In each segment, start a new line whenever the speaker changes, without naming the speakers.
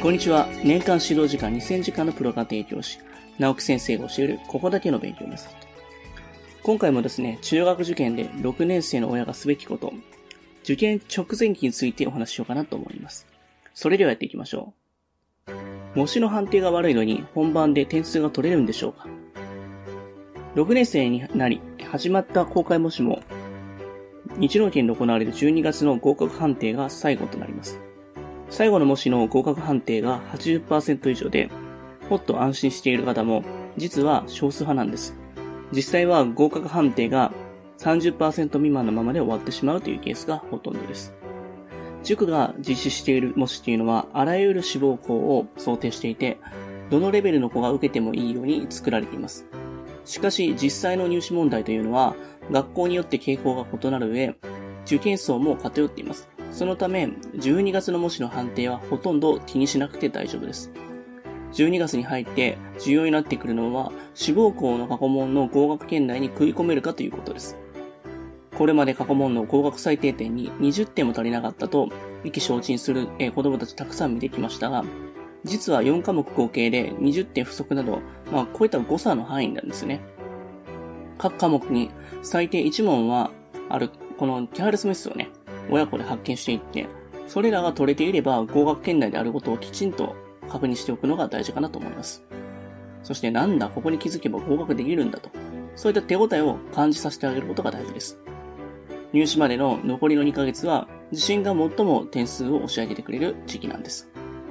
こんにちは。年間指導時間2000時間のプロが提供し、直木先生が教えるここだけの勉強メソッド。今回もですね、中学受験で6年生の親がすべきこと、受験直前期についてお話ししようかなと思います。それではやっていきましょう。模試の判定が悪いのに本番で点数が取れるんでしょうか。6年生になり、始まった公開模試も、日農研で行われる12月の合格判定が最後となります。最後の模試の合格判定が 80% 以上で、ほっと安心している方も、実は少数派なんです。実際は合格判定が 30% 未満のままで終わってしまうというケースがほとんどです。塾が実施している模試というのは、あらゆる志望校を想定していて、どのレベルの子が受けてもいいように作られています。しかし、実際の入試問題というのは、学校によって傾向が異なる上、受験層も偏っています。そのため、12月の模試の判定はほとんど気にしなくて大丈夫です。12月に入って重要になってくるのは、志望校の過去問の合格圏内に食い込めるかということです。これまで過去問の合格最低点に20点も足りなかったと意気消沈する子供たちたくさん見てきましたが、実は4科目合計で20点不足など、こういった誤差の範囲なんですね。各科目に最低1問はある、このケアレスミスをね、親子で発見していって、それらが取れていれば合格圏内であることをきちんと確認しておくのが大事かなと思います。そしてなんだ、ここに気づけば合格できるんだと、そういった手応えを感じさせてあげることが大事です。入試までの残りの2ヶ月は、自信が最も点数を押し上げてくれる時期なんです。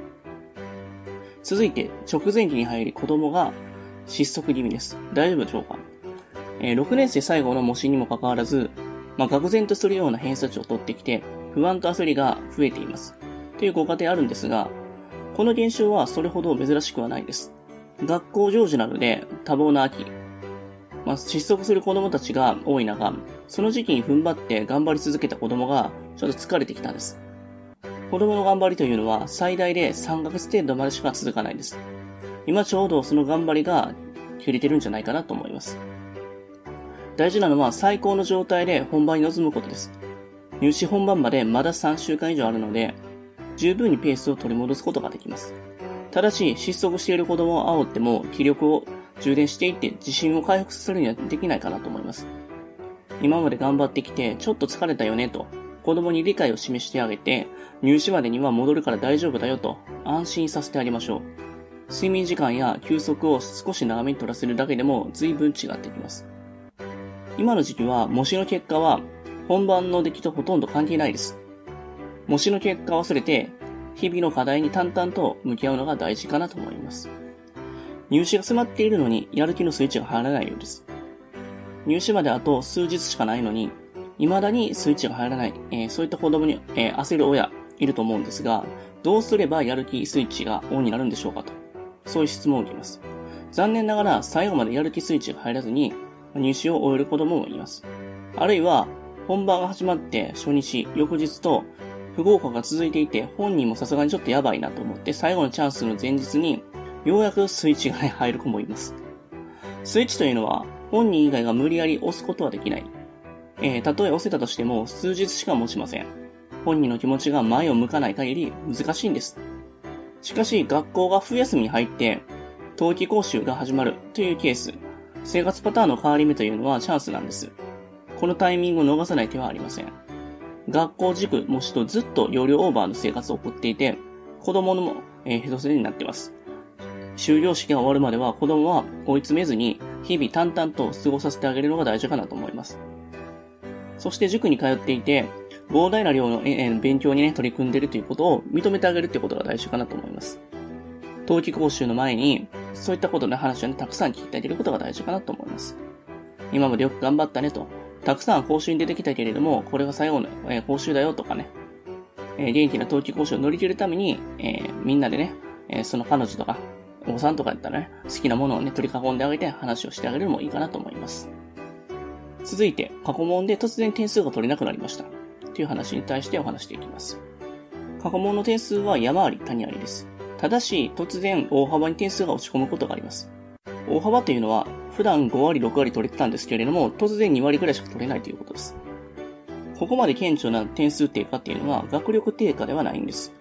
続いて、直前期に入り子供が失速気味です。大丈夫でしょうか。6年生最後の模試にもかかわらず、愕然とするような偏差値を取ってきて、不安と焦りが増えています。というご家庭あるんですが、この現象はそれほど珍しくはないです。学校行事などで多忙な秋、失速する子供たちが多い中、その時期に踏ん張って頑張り続けた子供がちょっと疲れてきたんです。子供の頑張りというのは最大で3ヶ月程度までしか続かないです。今ちょうどその頑張りが切れてるんじゃないかなと思います。大事なのは最高の状態で本番に臨むことです。入試本番までまだ3週間以上あるので、十分にペースを取り戻すことができます。ただし、失速している子供を煽っても気力を充電していって自信を回復するにはできないかなと思います。今まで頑張ってきてちょっと疲れたよねと子供に理解を示してあげて、入試までには戻るから大丈夫だよと安心させてあげましょう。睡眠時間や休息を少し長めに取らせるだけでも随分違ってきます。今の時期は模試の結果は本番の出来とほとんど関係ないです。模試の結果を忘れて日々の課題に淡々と向き合うのが大事かなと思います。入試が迫っているのにやる気のスイッチが入らないようです。入試まであと数日しかないのに未だにスイッチが入らない、そういった子供に、焦る親いると思うんですが、どうすればやる気スイッチがオンになるんでしょうかと、そういう質問を受けます。残念ながら最後までやる気スイッチが入らずに入試を終える子供もいます。あるいは本番が始まって初日、翌日と不合格が続いていて、本人もさすがにちょっとやばいなと思って最後のチャンスの前日にようやくスイッチが入る子もいます。スイッチというのは本人以外が無理やり押すことはできない。たとえ押せたとしても数日しか持ちません。本人の気持ちが前を向かない限り難しいんです。しかし学校が冬休みに入って冬季講習が始まるというケース、生活パターンの変わり目というのはチャンスなんです。このタイミングを逃さない手はありません。学校塾模試とずっと容量オーバーの生活を送っていて、子供のヘドセになっています。終了式が終わるまでは子供は追い詰めずに日々淡々と過ごさせてあげるのが大事かなと思います。そして塾に通っていて膨大な量の勉強に取り組んでいるということを認めてあげるということが大事かなと思います。冬季講習の前にそういったことの話をたくさん聞いてあげることが大事かなと思います。今までよく頑張ったねと、たくさん講習に出てきたけれどもこれが最後の講習だよとかね、元気な冬季講習を乗り切るために、みんなでね、その彼女とかお子さんとかやったらね、好きなものをね取り囲んであげて話をしてあげるのもいいかなと思います。続いて過去問で突然点数が取れなくなりましたという話に対してお話していきます。過去問の点数は山あり谷ありです。ただし突然大幅に点数が落ち込むことがあります。大幅というのは普段5割6割取れてたんですけれども突然2割くらいしか取れないということです。ここまで顕著な点数低下っていうのは学力低下ではないんです。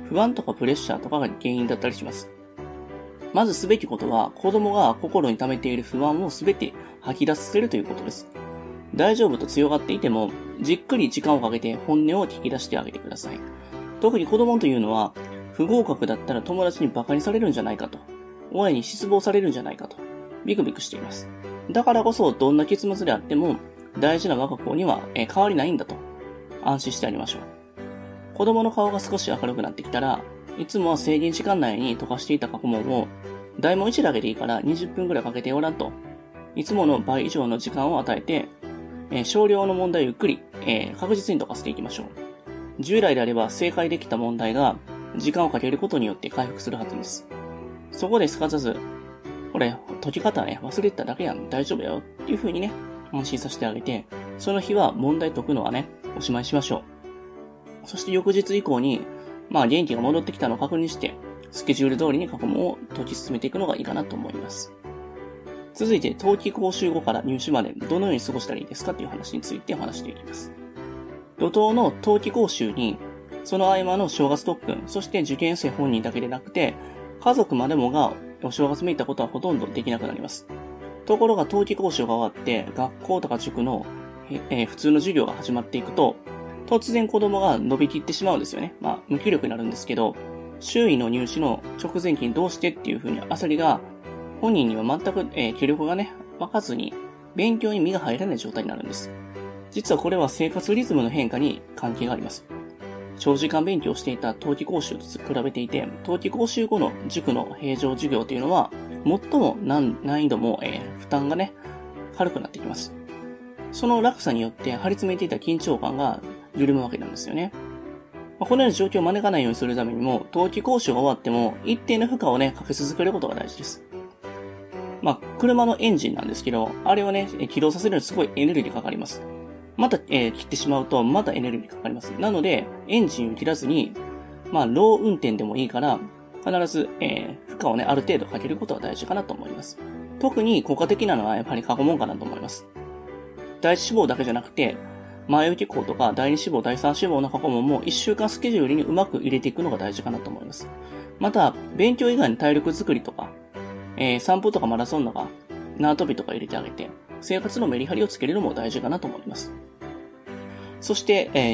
不安とかプレッシャーとかが原因だったりします。まずすべきことは、子供が心に溜めている不安をすべて吐き出させるということです。大丈夫と強がっていても、じっくり時間をかけて本音を聞き出してあげてください。特に子供というのは、不合格だったら友達に馬鹿にされるんじゃないかと、親に失望されるんじゃないかと、ビクビクしています。だからこそ、どんな結末であっても、大事な我が子には変わりないんだと、安心してあげましょう。子供の顔が少し明るくなってきたら、いつもは制限時間内に解かしていた過去問を、題問1だけでいいから20分くらいかけておらんと、いつもの倍以上の時間を与えて、少量の問題をゆっくり、確実に解かしていきましょう。従来であれば正解できた問題が、時間をかけることによって回復するはずです。そこですかさず、これ、解き方ね、忘れてただけやん、大丈夫やよ、っていう風にね、安心させてあげて、その日は問題解くのはね、おしまいしましょう。そして翌日以降に、元気が戻ってきたのを確認して、スケジュール通りに過去問を解き進めていくのがいいかなと思います。続いて、冬季講習後から入試までどのように過ごしたらいいですかという話について話していきます。怒涛の冬季講習に、その合間の正月特訓、そして受験生本人だけでなくて、家族までもがお正月めいたことはほとんどできなくなります。ところが冬季講習が終わって、学校とか塾の、普通の授業が始まっていくと、突然子供が伸びきってしまうんですよね。無気力になるんですけど、周囲の入試の直前期にどうしてっていう風に焦りが、本人には全く、気力がね、湧かずに、勉強に身が入らない状態になるんです。実はこれは生活リズムの変化に関係があります。長時間勉強していた冬季講習と比べていて、冬季講習後の塾の平常授業というのは、最も難易度も、負担がね、軽くなってきます。その落差によって張り詰めていた緊張感が緩むわけなんですよね。このような状況を招かないようにするためにも、冬季講習が終わっても、一定の負荷をね、かけ続けることが大事です。車のエンジンなんですけど、あれをね、起動させるのにすごいエネルギーかかります。また、切ってしまうと、またエネルギーかかります。なので、エンジンを切らずに、ロー運転でもいいから、必ず、負荷をね、ある程度かけることは大事かなと思います。特に効果的なのはやっぱり過去問かなと思います。第一志望だけじゃなくて、前受け校とか第二志望、第三志望の過去問も1週間スケジュールにうまく入れていくのが大事かなと思います。また、勉強以外に体力作りとか、散歩とかマラソンとか、縄跳びとか入れてあげて、生活のメリハリをつけるのも大事かなと思います。そして、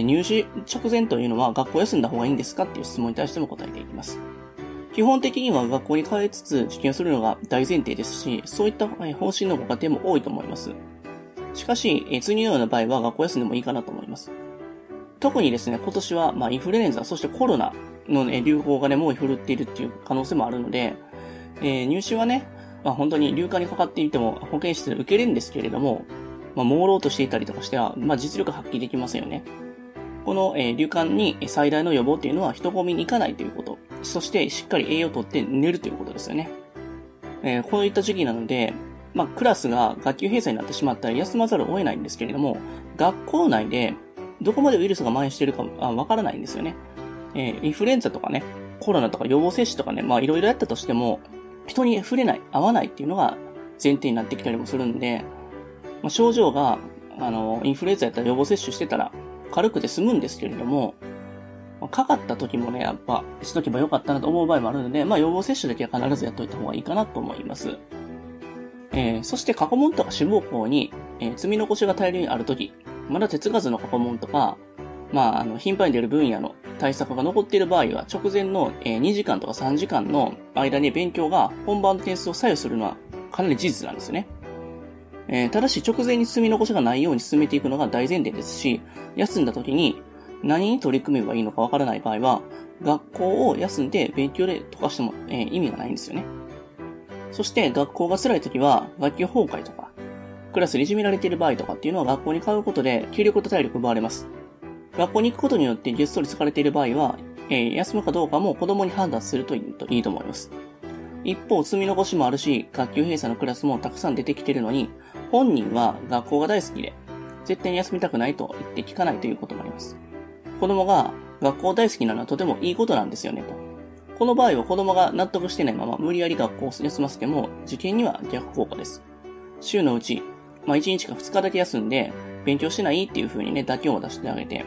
入試直前というのは学校休んだ方がいいんですかっていう質問に対しても答えていきます。基本的には学校に通いつつ受験するのが大前提ですし、そういった方針のご家庭も多いと思います。しかし、次のような場合は学校休んでもいいかなと思います。特にですね、今年はインフルエンザ、そしてコロナの、流行がね、猛威振るっているっていう可能性もあるので、入試はね、本当に流感にかかっていても保健室で受けれるんですけれども、朦朧としていたりとかしては、実力発揮できませんよね。この、流感に最大の予防っていうのは人混みに行かないということ。そしてしっかり栄養をとって寝るということですよね。こういった時期なので、クラスが学級閉鎖になってしまったら休まざるを得ないんですけれども、学校内でどこまでウイルスが蔓延しているかわからないんですよね。インフルエンザとかね、コロナとか予防接種とかね、いろいろやったとしても、人に触れない、会わないっていうのが前提になってきたりもするんで、症状が、インフルエンザやったら予防接種してたら軽くて済むんですけれども、かかった時もね、やっぱ、しとけばよかったなと思う場合もあるので、予防接種だけは必ずやっといた方がいいかなと思います。そして過去問とか志望校に、積み残しが大量にある時、まだ手つかずの過去問とか、頻繁に出る分野の対策が残っている場合は、直前の2時間とか3時間の間に勉強が本番の点数を左右するのはかなり事実なんですよね。ただし直前に積み残しがないように進めていくのが大前提ですし、休んだ時に何に取り組めばいいのかわからない場合は、学校を休んで勉強で解かしても、意味がないんですよね。そして学校が辛い時は、学級崩壊とか、クラスでいじめられている場合とかっていうのは学校に通うことで気力と体力奪われます。学校に行くことによってげっそり疲れている場合は、休むかどうかも子供に判断するといいと思います。一方、積み残しもあるし、学級閉鎖のクラスもたくさん出てきているのに、本人は学校が大好きで、絶対に休みたくないと言って聞かないということもあります。子供が学校大好きなのはとてもいいことなんですよねと。この場合は子供が納得してないまま無理やり学校を休ませても受験には逆効果です。週のうち、1日か2日だけ休んで勉強してないっていう風にね、妥協を出してあげて、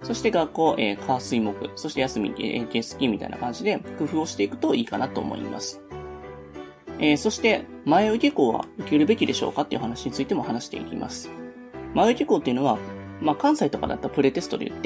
そして学校、火水木、そして休み、月金みたいな感じで工夫をしていくといいかなと思います。そして、前受け校は受けるべきでしょうかっていう話についても話していきます。前受け校っていうのは、関西とかだったらプレテストで言って、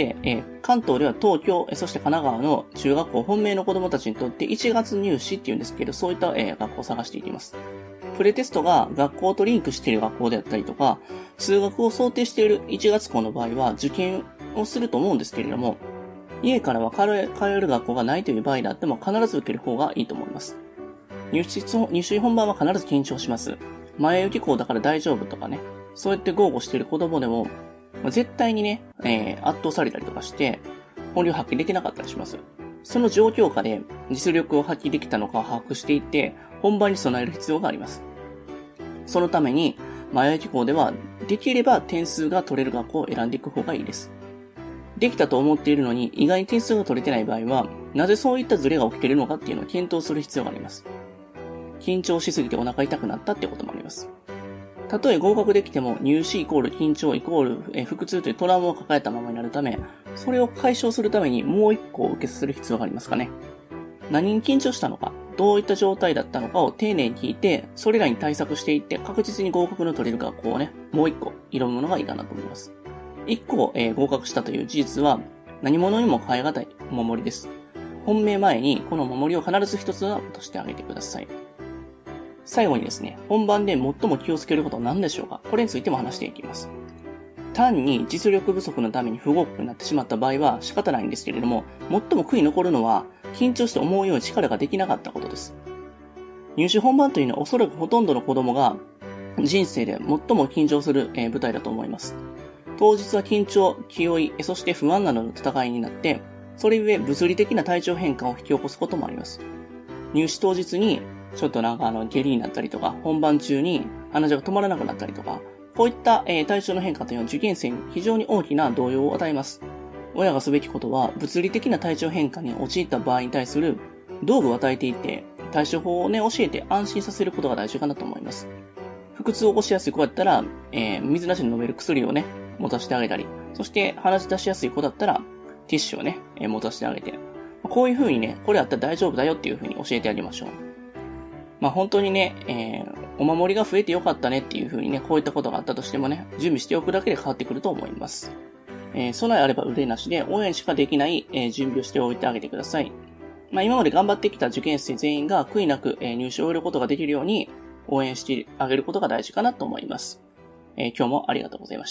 関東では東京、そして神奈川の中学校本命の子供たちにとって1月入試っていうんですけど、そういった、学校を探していきます。プレテストが学校とリンクしている学校であったりとか、通学を想定している1月校の場合は受験をすると思うんですけれども、家からは通える学校がないという場合であっても必ず受ける方がいいと思います。入試本番は必ず緊張します。前受け校だから大丈夫とかね、そうやって豪語している子供でも、絶対にね、圧倒されたりとかして、本領発揮できなかったりします。その状況下で実力を発揮できたのかを把握していって、本番に備える必要があります。そのために、前受け校では、できれば点数が取れる学校を選んでいく方がいいです。できたと思っているのに、意外に点数が取れてない場合は、なぜそういったズレが起きているのかっていうのを検討する必要があります。緊張しすぎてお腹痛くなったってこともあります。たとえ合格できても入試イコール緊張イコール腹痛というトラウマを抱えたままになるため、それを解消するためにもう一個受けさせる必要がありますかね。何に緊張したのか、どういった状態だったのかを丁寧に聞いて、それらに対策していって確実に合格の取れる学校をね、もう一個挑むのがいいかなと思います。一個、合格したという事実は何者にも変え難いお守りです。本命前にこのお守りを必ず一つは落としてあげてください。最後にですね、本番で最も気をつけることは何でしょうか？これについても話していきます。単に実力不足のために不合格になってしまった場合は仕方ないんですけれども、最も悔い残るのは緊張して思うように力ができなかったことです。入試本番というのはおそらくほとんどの子供が人生で最も緊張する舞台だと思います。当日は緊張、気負い、そして不安などの戦いになって、それゆえ物理的な体調変化を引き起こすこともあります。入試当日にちょっと下痢になったりとか、本番中に鼻血が止まらなくなったりとか、こういった、体調の変化というのは受験生に非常に大きな動揺を与えます。親がすべきことは、物理的な体調変化に陥った場合に対する道具を与えていて、対処法をね、教えて安心させることが大事かなと思います。腹痛を起こしやすい子だったら、水なしに飲める薬をね、持たせてあげたり、そして鼻血出しやすい子だったら、ティッシュをね、持たせてあげて、こういう風にね、これあったら大丈夫だよっていう風に教えてあげましょう。本当にね、お守りが増えてよかったねっていう風にね、こういったことがあったとしてもね、準備しておくだけで変わってくると思います。備えあれば憂いなしで、応援しかできない、準備をしておいてあげてください。今まで頑張ってきた受験生全員が悔いなく、入試を終えることができるように、応援してあげることが大事かなと思います。今日もありがとうございました。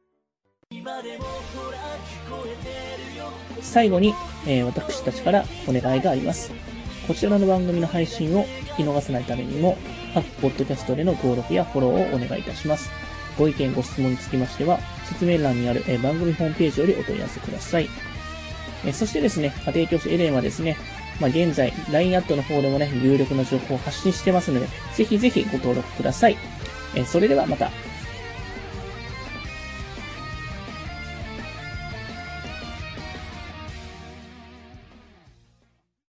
最後に、私たちからお願いがあります。こちらの番組の配信を聞き逃さないためにも、各ポッドキャストでの登録やフォローをお願いいたします。ご意見ご質問につきましては、説明欄にある番組ホームページよりお問い合わせください。そしてですね、家庭教師エレンはですね、現在 LINE アットの方でもね、有力な情報を発信してますので、ぜひぜひご登録ください。それではまた。